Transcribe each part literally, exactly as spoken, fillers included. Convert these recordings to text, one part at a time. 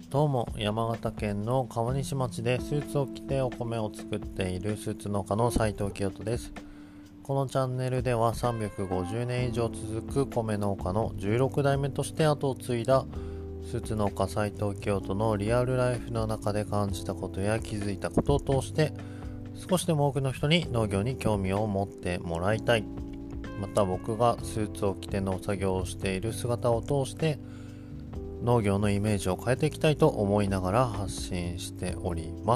どうも、山形県の川西町でスーツを着てお米を作っているスーツ農家の斉藤清人です。このチャンネルではさんびゃくごじゅうねん以上続く米農家のじゅうろくだいめとして後を継いだスーツ農家斉藤清人のリアルライフの中で感じたことや気づいたことを通して少しでも多くの人に農業に興味を持ってもらいたい、また僕がスーツを着て農作業をしている姿を通して農業のイメージを変えていきたいと思いながら発信しております。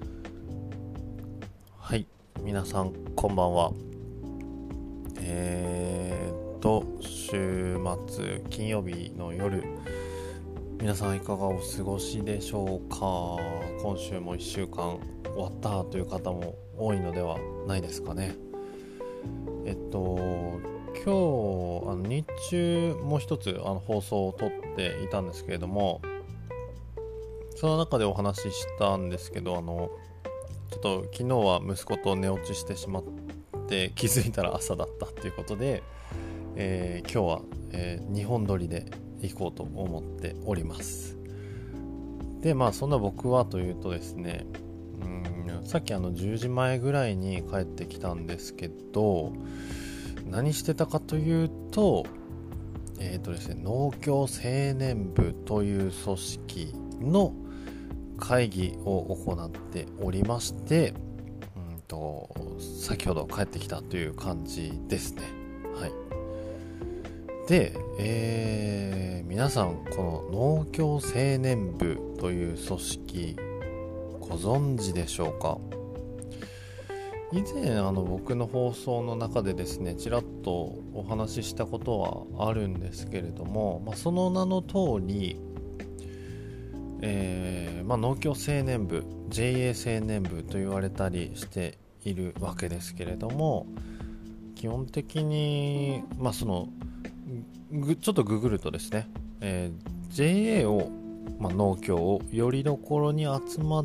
はい、皆さんこんばんは。えーと週末金曜日の夜、皆さんいかがお過ごしでしょうか。今週もいっしゅうかん終わったという方も多いのではないですかね。えっと今日あの日中もう一つあの放送を撮っていたんですけれども、その中でお話ししたんですけど、あのちょっと昨日は息子と寝落ちしてしまって気づいたら朝だったっていうことで、えー、今日は、えー、にほん撮りで行こうと思っております。でまあそんな僕はというとですね、うーんさっきあのじゅうじまえぐらいに帰ってきたんですけど、何してたかというと、えーとですね、農協青年部という組織の会議を行っておりまして、うんと先ほど帰ってきたという感じですね。はい。で、えー、皆さんこの農協青年部という組織ご存知でしょうか。以前あの僕の放送の中でですねちらっとお話ししたことはあるんですけれども、まあ、その名の通り、えーまあ、農協青年部 ジェイエー 青年部と言われたりしているわけですけれども、基本的に、まあ、そのぐちょっとググるとですね、えー、ジェイエー を、まあ、農協をよりどころに集まった、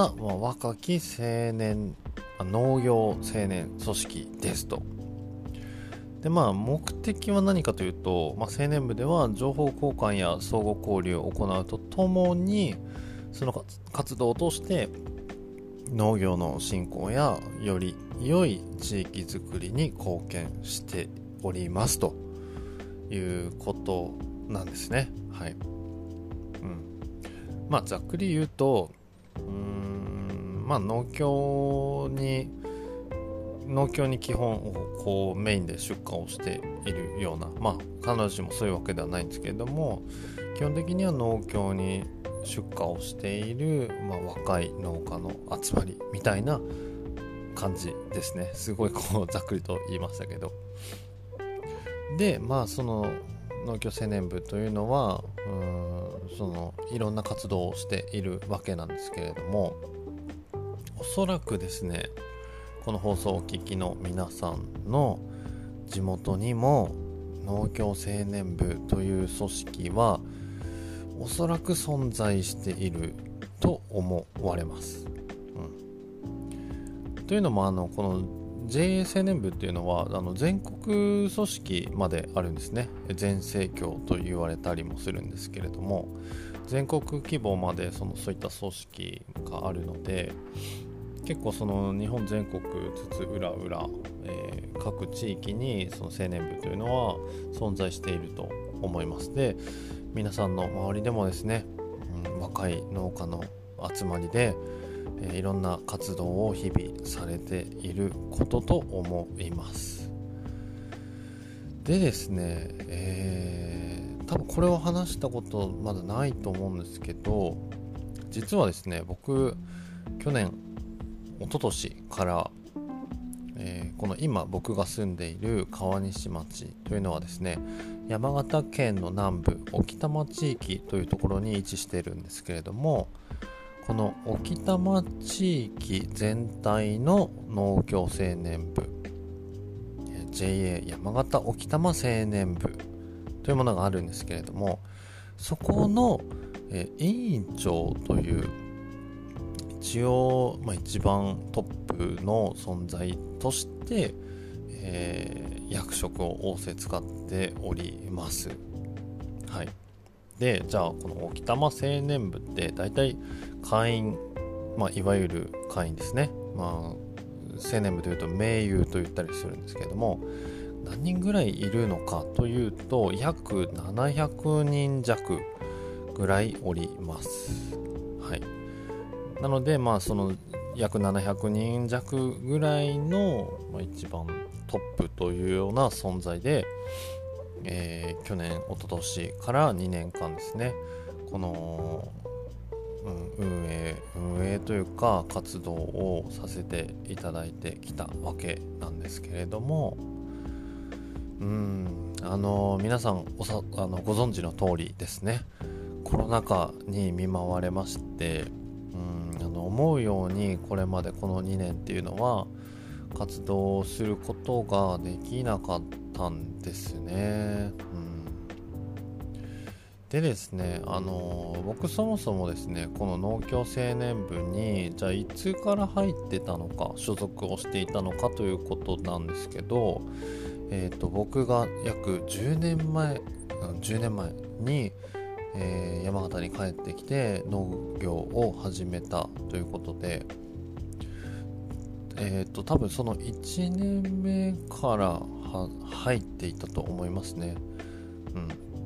まあ、若き青年農業青年組織ですと。でまあ目的は何かというと、まあ、青年部では情報交換や相互交流を行うとともに、その活動を通して農業の振興やより良い地域づくりに貢献しておりますということなんですね。はい。うん。まあざっくり言うと、うーんまあ農協に農協に基本こうメインで出荷をしているような、まあ必ずしもそういうわけではないんですけれども、基本的には農協に出荷をしている、まあ、若い農家の集まりみたいな感じですね。すごいこうざっくりと言いましたけど、でまあその農協青年部というのはうーんそのいろんな活動をしているわけなんですけれども、おそらくですねこの放送をお聞きの皆さんの地元にも農協青年部という組織はおそらく存在していると思われます。うん、というのもあのこの ジェイエー 青年部っていうのはあの全国組織まであるんですね。全盛況と言われたりもするんですけれども、全国規模までそのそういった組織があるので、結構その日本全国津々浦々、えー、各地域にその青年部というのは存在していると思います。で皆さんの周りでもですね、うん、若い農家の集まりで、えー、いろんな活動を日々されていることと思います。でですね、えー、多分これを話したことまだないと思うんですけど、実はですね僕去年一昨年から、えー、この今僕が住んでいる川西町というのはですね、山形県の南部置賜地域というところに位置しているんですけれども、この置賜地域全体の農協青年部 ジェイエー 山形置賜青年部というものがあるんですけれども、そこの、えー、委員長という一応、まあ、一番トップの存在として、えー、役職を仰せ使っております。はい。 で、じゃあこの沖多摩青年部って大体会員、まあ、いわゆる会員ですね、まあ、青年部というと盟友と言ったりするんですけれども、何人ぐらいいるのかというと約ななひゃくにん弱ぐらいおります。はい。なのでまあその約ななひゃくにん弱ぐらいの、まあ、一番トップというような存在で、えー、去年一昨年からにねんかんですね、この、うん、運営運営というか活動をさせていただいてきたわけなんですけれども、うんあの皆さんおさあのご存知の通りですね、コロナ禍に見舞われまして、うんあの思うようにこれまでこのにねんっていうのは活動することができなかったんですね。うん、でですね、あの僕そもそもですね、この農協青年部にじゃあいつから入ってたのか、所属をしていたのかということなんですけど、えーと、僕が約じゅうねんまえ、うん、じゅうねんまえに、えー、山形に帰ってきて農業を始めたということで、えーと、多分そのいちねんめからは入っていたと思いますね。うん、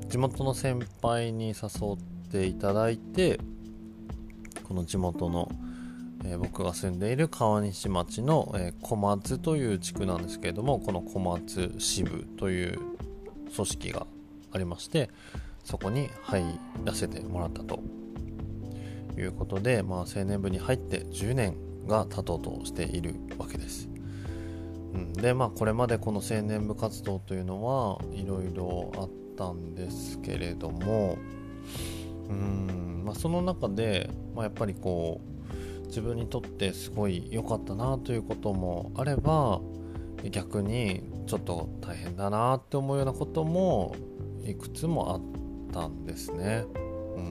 地元の先輩に誘っていただいて、この地元の、えー、僕が住んでいる川西町の、えー、小松という地区なんですけれども、この小松支部という組織がありまして、そこに入らせてもらったということで、まあ、青年部に入ってじゅうねんが経とうとしているわけです。うん、でまあこれまでこの青年部活動というのはいろいろあったんですけれども、うーん、まあ、その中で、まあ、やっぱりこう自分にとってすごい良かったなということもあれば、逆にちょっと大変だなって思うようなこともいくつもあったんですね。うん、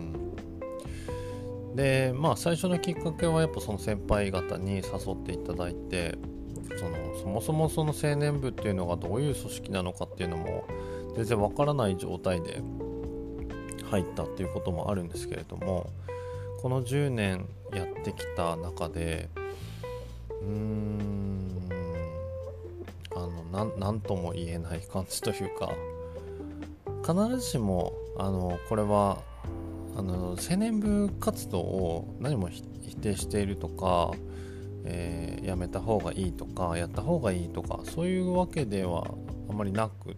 でまあ最初のきっかけはやっぱその先輩方に誘っていただいて、そのそもそもその青年部っていうのがどういう組織なのかっていうのも全然わからない状態で入ったっていうこともあるんですけれども、このじゅうねんやってきた中でうーんあのなんなんとも言えない感じというか、必ずしもあのこれはあの青年部活動を何も否定しているとか、えー、やめた方がいいとかやった方がいいとかそういうわけではあまりなくって、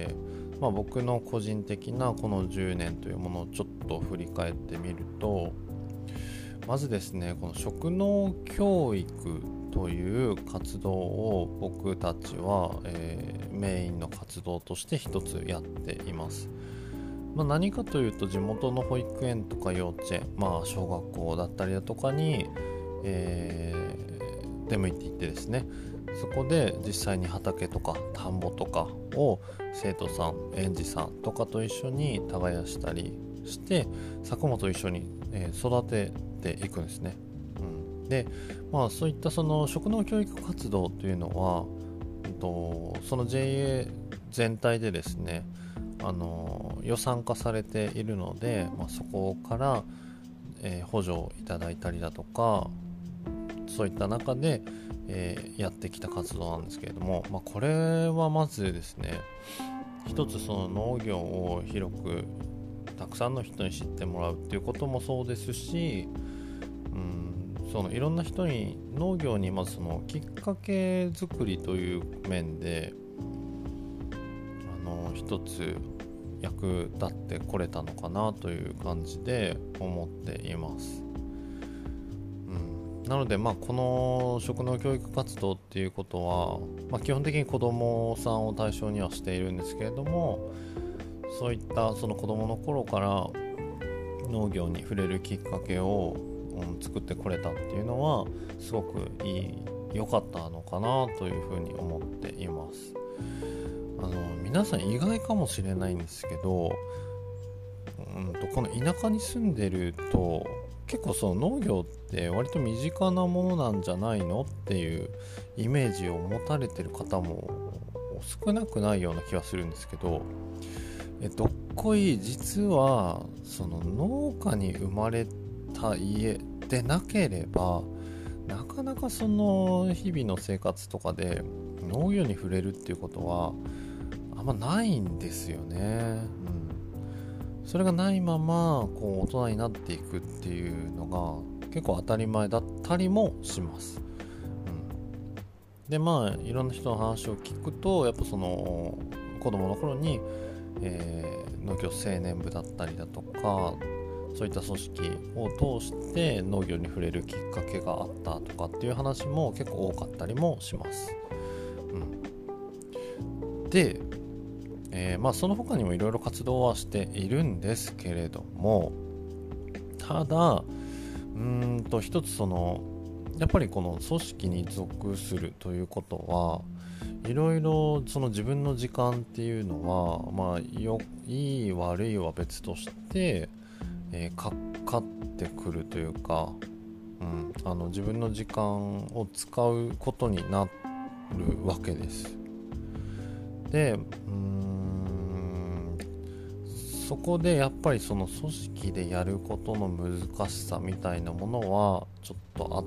まあ、僕の個人的なこのじゅうねんというものをちょっと振り返ってみると、まずですね、この職能教育という活動を僕たちは、えー、メインの活動として一つやっています。まあ、何かというと地元の保育園とか幼稚園、まあ、小学校だったりだとかに、えー、出向いていってですね、そこで実際に畑とか田んぼとかを生徒さん園児さんとかと一緒に耕したりして作物と一緒に、えー、育てていくんですね。うん、で、まあ、そういったその職能教育活動というのは、えっと、その ジェイエー 全体でですね、あの予算化されているので、まあ、そこから、えー、補助をいただいたりだとか、そういった中で、えー、やってきた活動なんですけれども、まあ、これはまずですね、一つその農業を広くたくさんの人に知ってもらうっていうこともそうですし、うん、そのいろんな人に農業にまずそのきっかけ作りという面であの一つ役立ってこれたのかなという感じで思っています。うん、なのでまあこの職能教育活動っていうことは、まあ、基本的に子どもさんを対象にはしているんですけれども、そういったその子どもの頃から農業に触れるきっかけを、うん、作ってこれたっていうのはすごくいい良かったのかなというふうに思っています。あの皆さん意外かもしれないんですけど、うんとこの田舎に住んでると結構その農業って割と身近なものなんじゃないのっていうイメージを持たれてる方も少なくないような気がするんですけど、 えどっこい実はその農家に生まれた家でなければなかなかその日々の生活とかで農業に触れるっていうことはあんまないんですよね、うん、それがないままこう大人になっていくっていうのが結構当たり前だったりもします、うん、でまあいろんな人の話を聞くとやっぱその子供の頃に、えー、農業青年部だったりだとかそういった組織を通して農業に触れるきっかけがあったとかっていう話も結構多かったりもします、うん、で、えーまあ、その他にもいろいろ活動はしているんですけれども、ただうーんと一つそのやっぱりこの組織に属するということはいろいろその自分の時間っていうのはまあよいい悪いは別としてえー、かかってくるというか、うん、あの自分の時間を使うことになるわけです。で、うーんそこでやっぱりその組織でやることの難しさみたいなものはちょっとあって、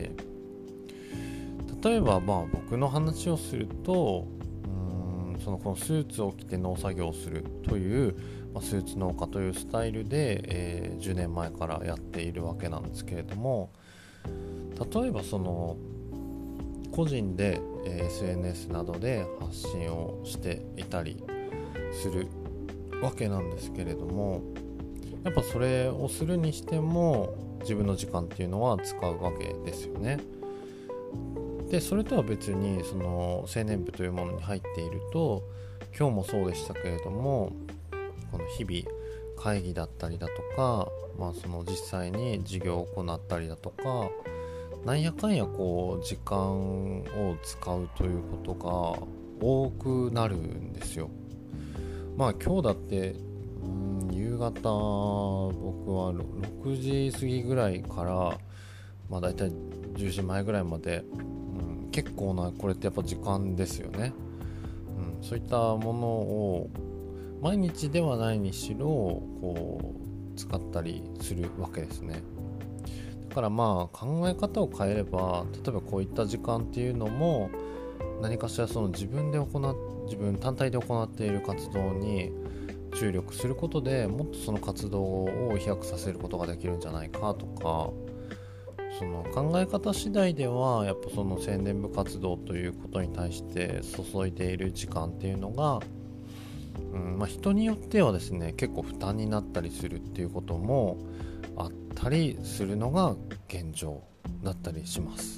例えばまあ僕の話をすると、うーんそのこのスーツを着て農作業をするというスーツ農家というスタイルで、えー、じゅうねんまえからやっているわけなんですけれども、例えばその個人で、えー、エスエヌエス などで発信をしていたりするわけなんですけれども、やっぱそれをするにしても自分の時間っていうのは使うわけですよね。でそれとは別にその青年部というものに入っていると、今日もそうでしたけれども、この日々会議だったりだとか、まあ、その実際に授業を行ったりだとか、なんやかんやこう時間を使うということが多くなるんですよ。まあ今日だってうん夕方僕はろくじ過ぎぐらいから、まあ、だいたいじゅうじまえぐらいまで、うん、結構なこれってやっぱ時間ですよね、うん、そういったものを毎日ではないにしろこう使ったりするわけですね。だからまあ考え方を変えれば、例えばこういった時間っていうのも何かしらその自分で行っ自分単体で行っている活動に注力することでもっとその活動を飛躍させることができるんじゃないかとか、その考え方次第ではやっぱその青年部活動ということに対して注いでいる時間っていうのがうんまあ、人によってはですね結構負担になったりするっていうこともあったりするのが現状だったりします、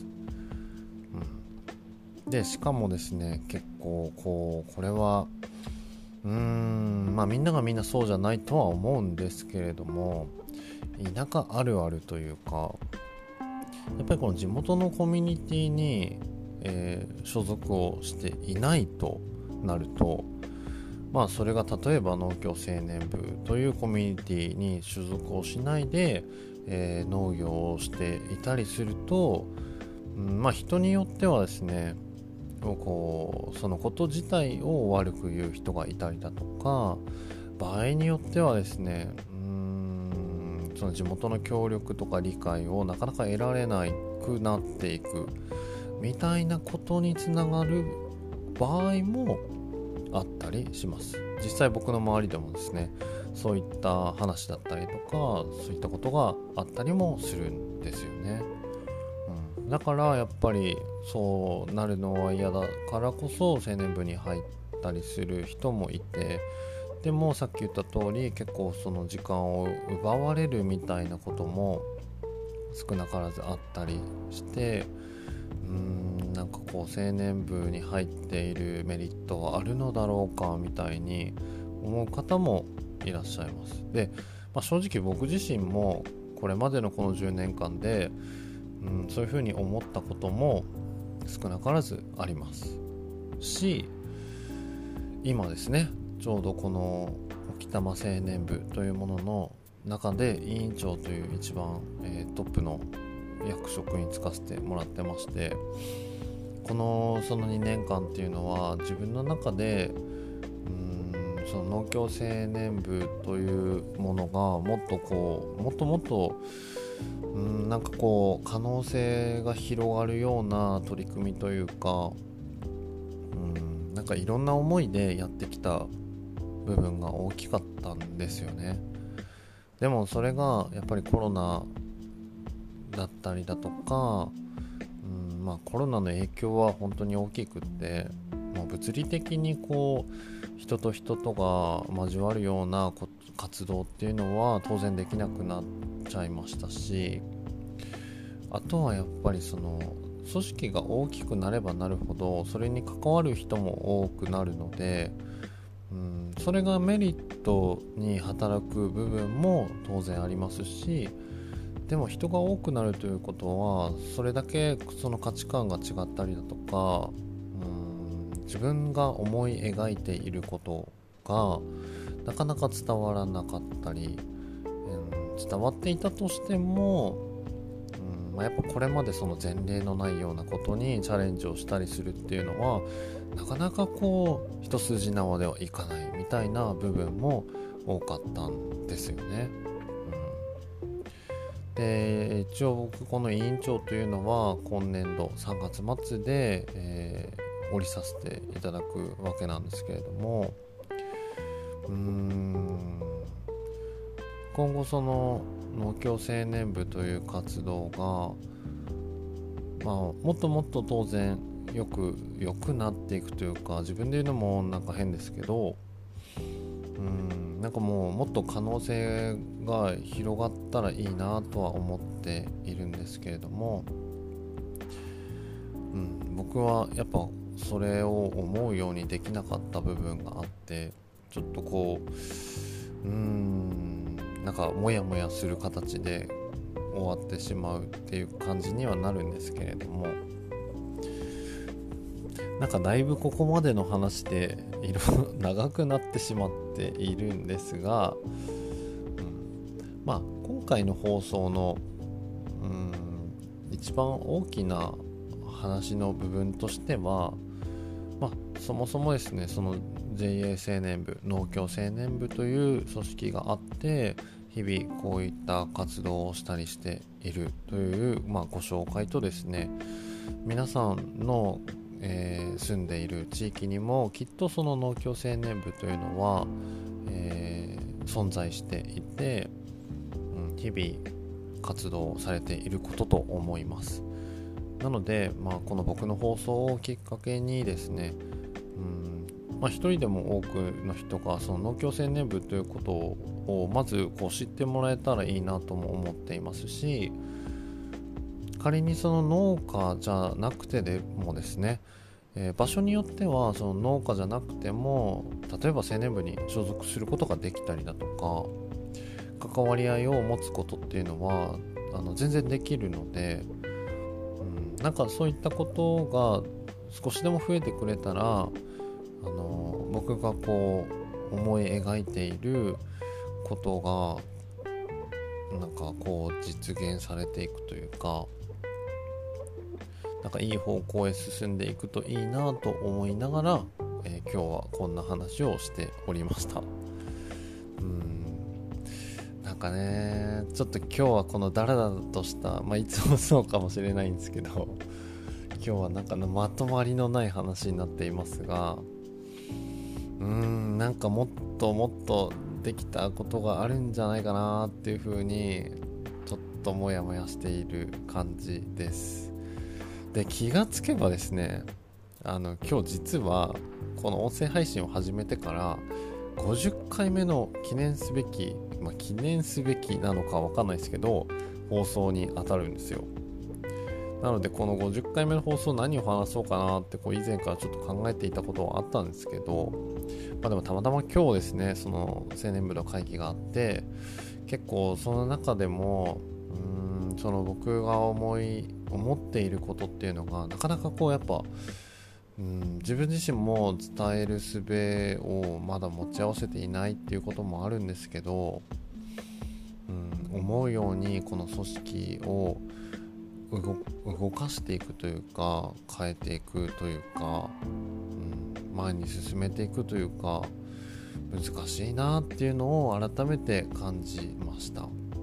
うん、でしかもですね結構こうこれはうーんまあみんながみんなそうじゃないとは思うんですけれども、田舎あるあるというか、やっぱりこの地元のコミュニティに、えー、所属をしていないとなると、まあそれが例えば農協青年部というコミュニティに所属をしないで、えー、農業をしていたりすると、うん、まあ人によってはですねこうそのこと自体を悪く言う人がいたりだとか、場合によってはですねうーんその地元の協力とか理解をなかなか得られなくなっていくみたいなことにつながる場合もあったりします。実際僕の周りでもですねそういった話だったりとかそういったことがあったりもするんですよね、うん、だからやっぱりそうなるのは嫌だからこそ青年部に入ったりする人もいて、でもさっき言った通り結構その時間を奪われるみたいなことも少なからずあったりして、うーんなんかこう青年部に入っているメリットはあるのだろうかみたいに思う方もいらっしゃいます。で、まあ、正直僕自身もこれまでのこのじゅうねんかんで、うん、そういうふうに思ったことも少なからずありますし、今ですねちょうどこの沖玉青年部というものの中で委員長という一番、えー、トップの役職に就かせてもらってまして、このそのにねんかんっていうのは自分の中でうーんその農協青年部というものがもっとこうもっともっとうんなんかこう可能性が広がるような取り組みというか、うんなんかいろんな思いでやってきた部分が大きかったんですよね。でもそれがやっぱりコロナだったりだとか、うんまあ、コロナの影響は本当に大きくって、もう物理的にこう人と人とが交わるような活動っていうのは当然できなくなっちゃいましたし、あとはやっぱりその組織が大きくなればなるほどそれに関わる人も多くなるので、うん、それがメリットに働く部分も当然ありますし、でも人が多くなるということはそれだけその価値観が違ったりだとか、うん自分が思い描いていることがなかなか伝わらなかったり、うん、伝わっていたとしても、うんまあ、やっぱこれまでその前例のないようなことにチャレンジをしたりするっていうのはなかなかこう一筋縄ではいかないみたいな部分も多かったんですよね。で一応僕この委員長というのは今年度さんがつ末で、えー、降りさせていただくわけなんですけれども、うーん今後その農協青年部という活動が、まあ、もっともっと当然よく良くなっていくというか、自分で言うのもなんか変ですけど、うんなんかもうもっと可能性が広がったらいいなとは思っているんですけれども、うん、僕はやっぱそれを思うようにできなかった部分があって、ちょっとこううーんなんかモヤモヤする形で終わってしまうっていう感じにはなるんですけれども、なんかだいぶここまでの話でいろいろ長くなってしまっているんですが、うん、まあ今回の放送のうん一番大きな話の部分としては、まあそもそもですね、その ジェイエー 青年部農協青年部という組織があって日々こういった活動をしたりしているという、まあ、ご紹介とですね、皆さんのえー、住んでいる地域にもきっとその農協青年部というのは、えー、存在していて、うん、日々活動されていることと思います。なので、まあ、この僕の放送をきっかけにですね、うんまあ、一人でも多くの人がその農協青年部ということをまずこう知ってもらえたらいいなとも思っていますし、仮にその農家じゃなくてでもですね、えー、場所によってはその農家じゃなくても例えば青年部に所属することができたりだとか、関わり合いを持つことっていうのはあの全然できるので、うん、なんかそういったことが少しでも増えてくれたら、あの僕がこう思い描いていることがなんかこう実現されていくというか、なんかいい方向へ進んでいくといいなと思いながら、えー、今日はこんな話をしておりました。うーんなんかねちょっと今日はこのダラダラとした、まあいつもそうかもしれないんですけど、今日はなんかまとまりのない話になっていますが、うーんなんかもっともっとできたことがあるんじゃないかなっていう風にちょっとモヤモヤしている感じです。で気がつけばですね、あの今日実はこの音声配信を始めてからごじゅっかいめの記念すべき、まあ、記念すべきなのかわかんないですけど放送に当たるんですよ。なのでこのごじゅっかいめの放送何を話そうかなってこう以前からちょっと考えていたことはあったんですけど、まあ、でもたまたま今日ですねその青年部の会議があって、結構その中でもうーんその僕が思い思っていることっていうのがなかなかこうやっぱうん自分自身も伝える術をまだ持ち合わせていないっていうこともあるんですけど、うん思うようにこの組織を動, 動かしていくというか変えていくというか、うん、前に進めていくというか、 難しいなっていうのを改めて感じました。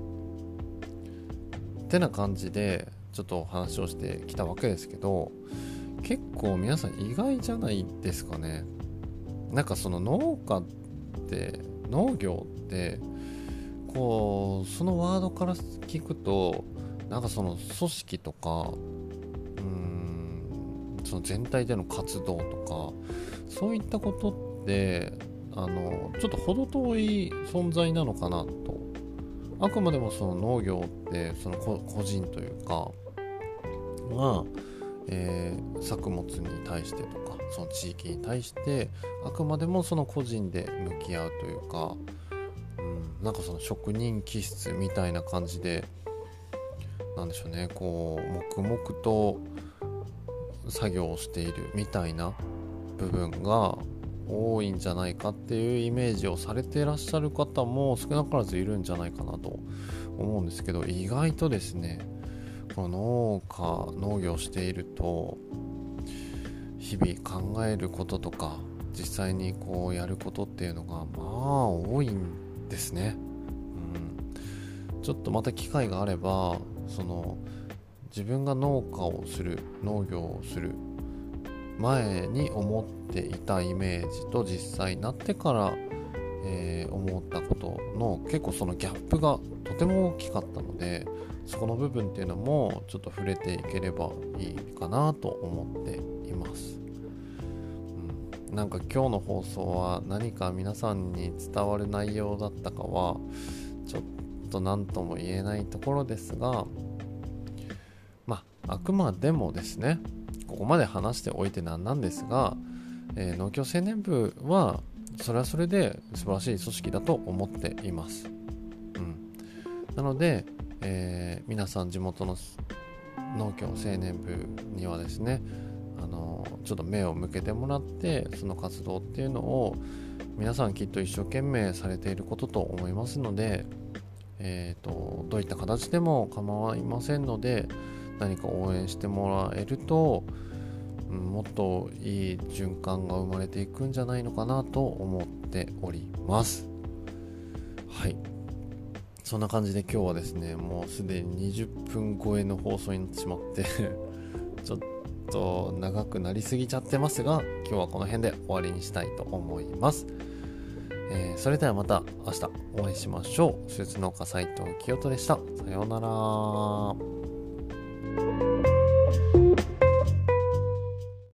ってな感じでちょっとお話をしてきたわけですけど、結構皆さん意外じゃないですかね。なんかその農家って農業ってこうそのワードから聞くとなんかその組織とかうーんその全体での活動とかそういったことってあのちょっと程遠い存在なのかなと。あくまでもその農業ってその個人というかが、えー、作物に対してとかその地域に対してあくまでもその個人で向き合うというか、うん、なんかその職人気質みたいな感じでなんでしょうね、こう黙々と作業をしているみたいな部分が多いんじゃないかっていうイメージをされていらっしゃる方も少なからずいるんじゃないかなと思うんですけど、意外とですねこの農家農業していると日々考えることとか実際にこうやることっていうのがまあ多いんですね、うん、ちょっとまた機会があればその自分が農家をする農業をする前に思っていたイメージと実際になってから、えー、思ったことの結構そのギャップがとても大きかったので、そこの部分っていうのもちょっと触れていければいいかなと思っています、うん、なんか今日の放送は何か皆さんに伝わる内容だったかはちょっと何とも言えないところですが、まああくまでもですねここまで話しておいてなんなんですが、えー、農協青年部はそれはそれで素晴らしい組織だと思っています、うん、なので、えー、皆さん地元の農協青年部にはですねあのちょっと目を向けてもらってその活動っていうのを皆さんきっと一生懸命されていることと思いますので、えーと、どういった形でも構いませんので何か応援してもらえると、うん、もっといい循環が生まれていくんじゃないのかなと思っております。はい、そんな感じで今日はですねもうすでににじゅっぷん超えの放送になってしまってちょっと長くなりすぎちゃってますが今日はこの辺で終わりにしたいと思います。えー、それではまた明日お会いしましょう。手術農家斉藤清人でした。さようなら。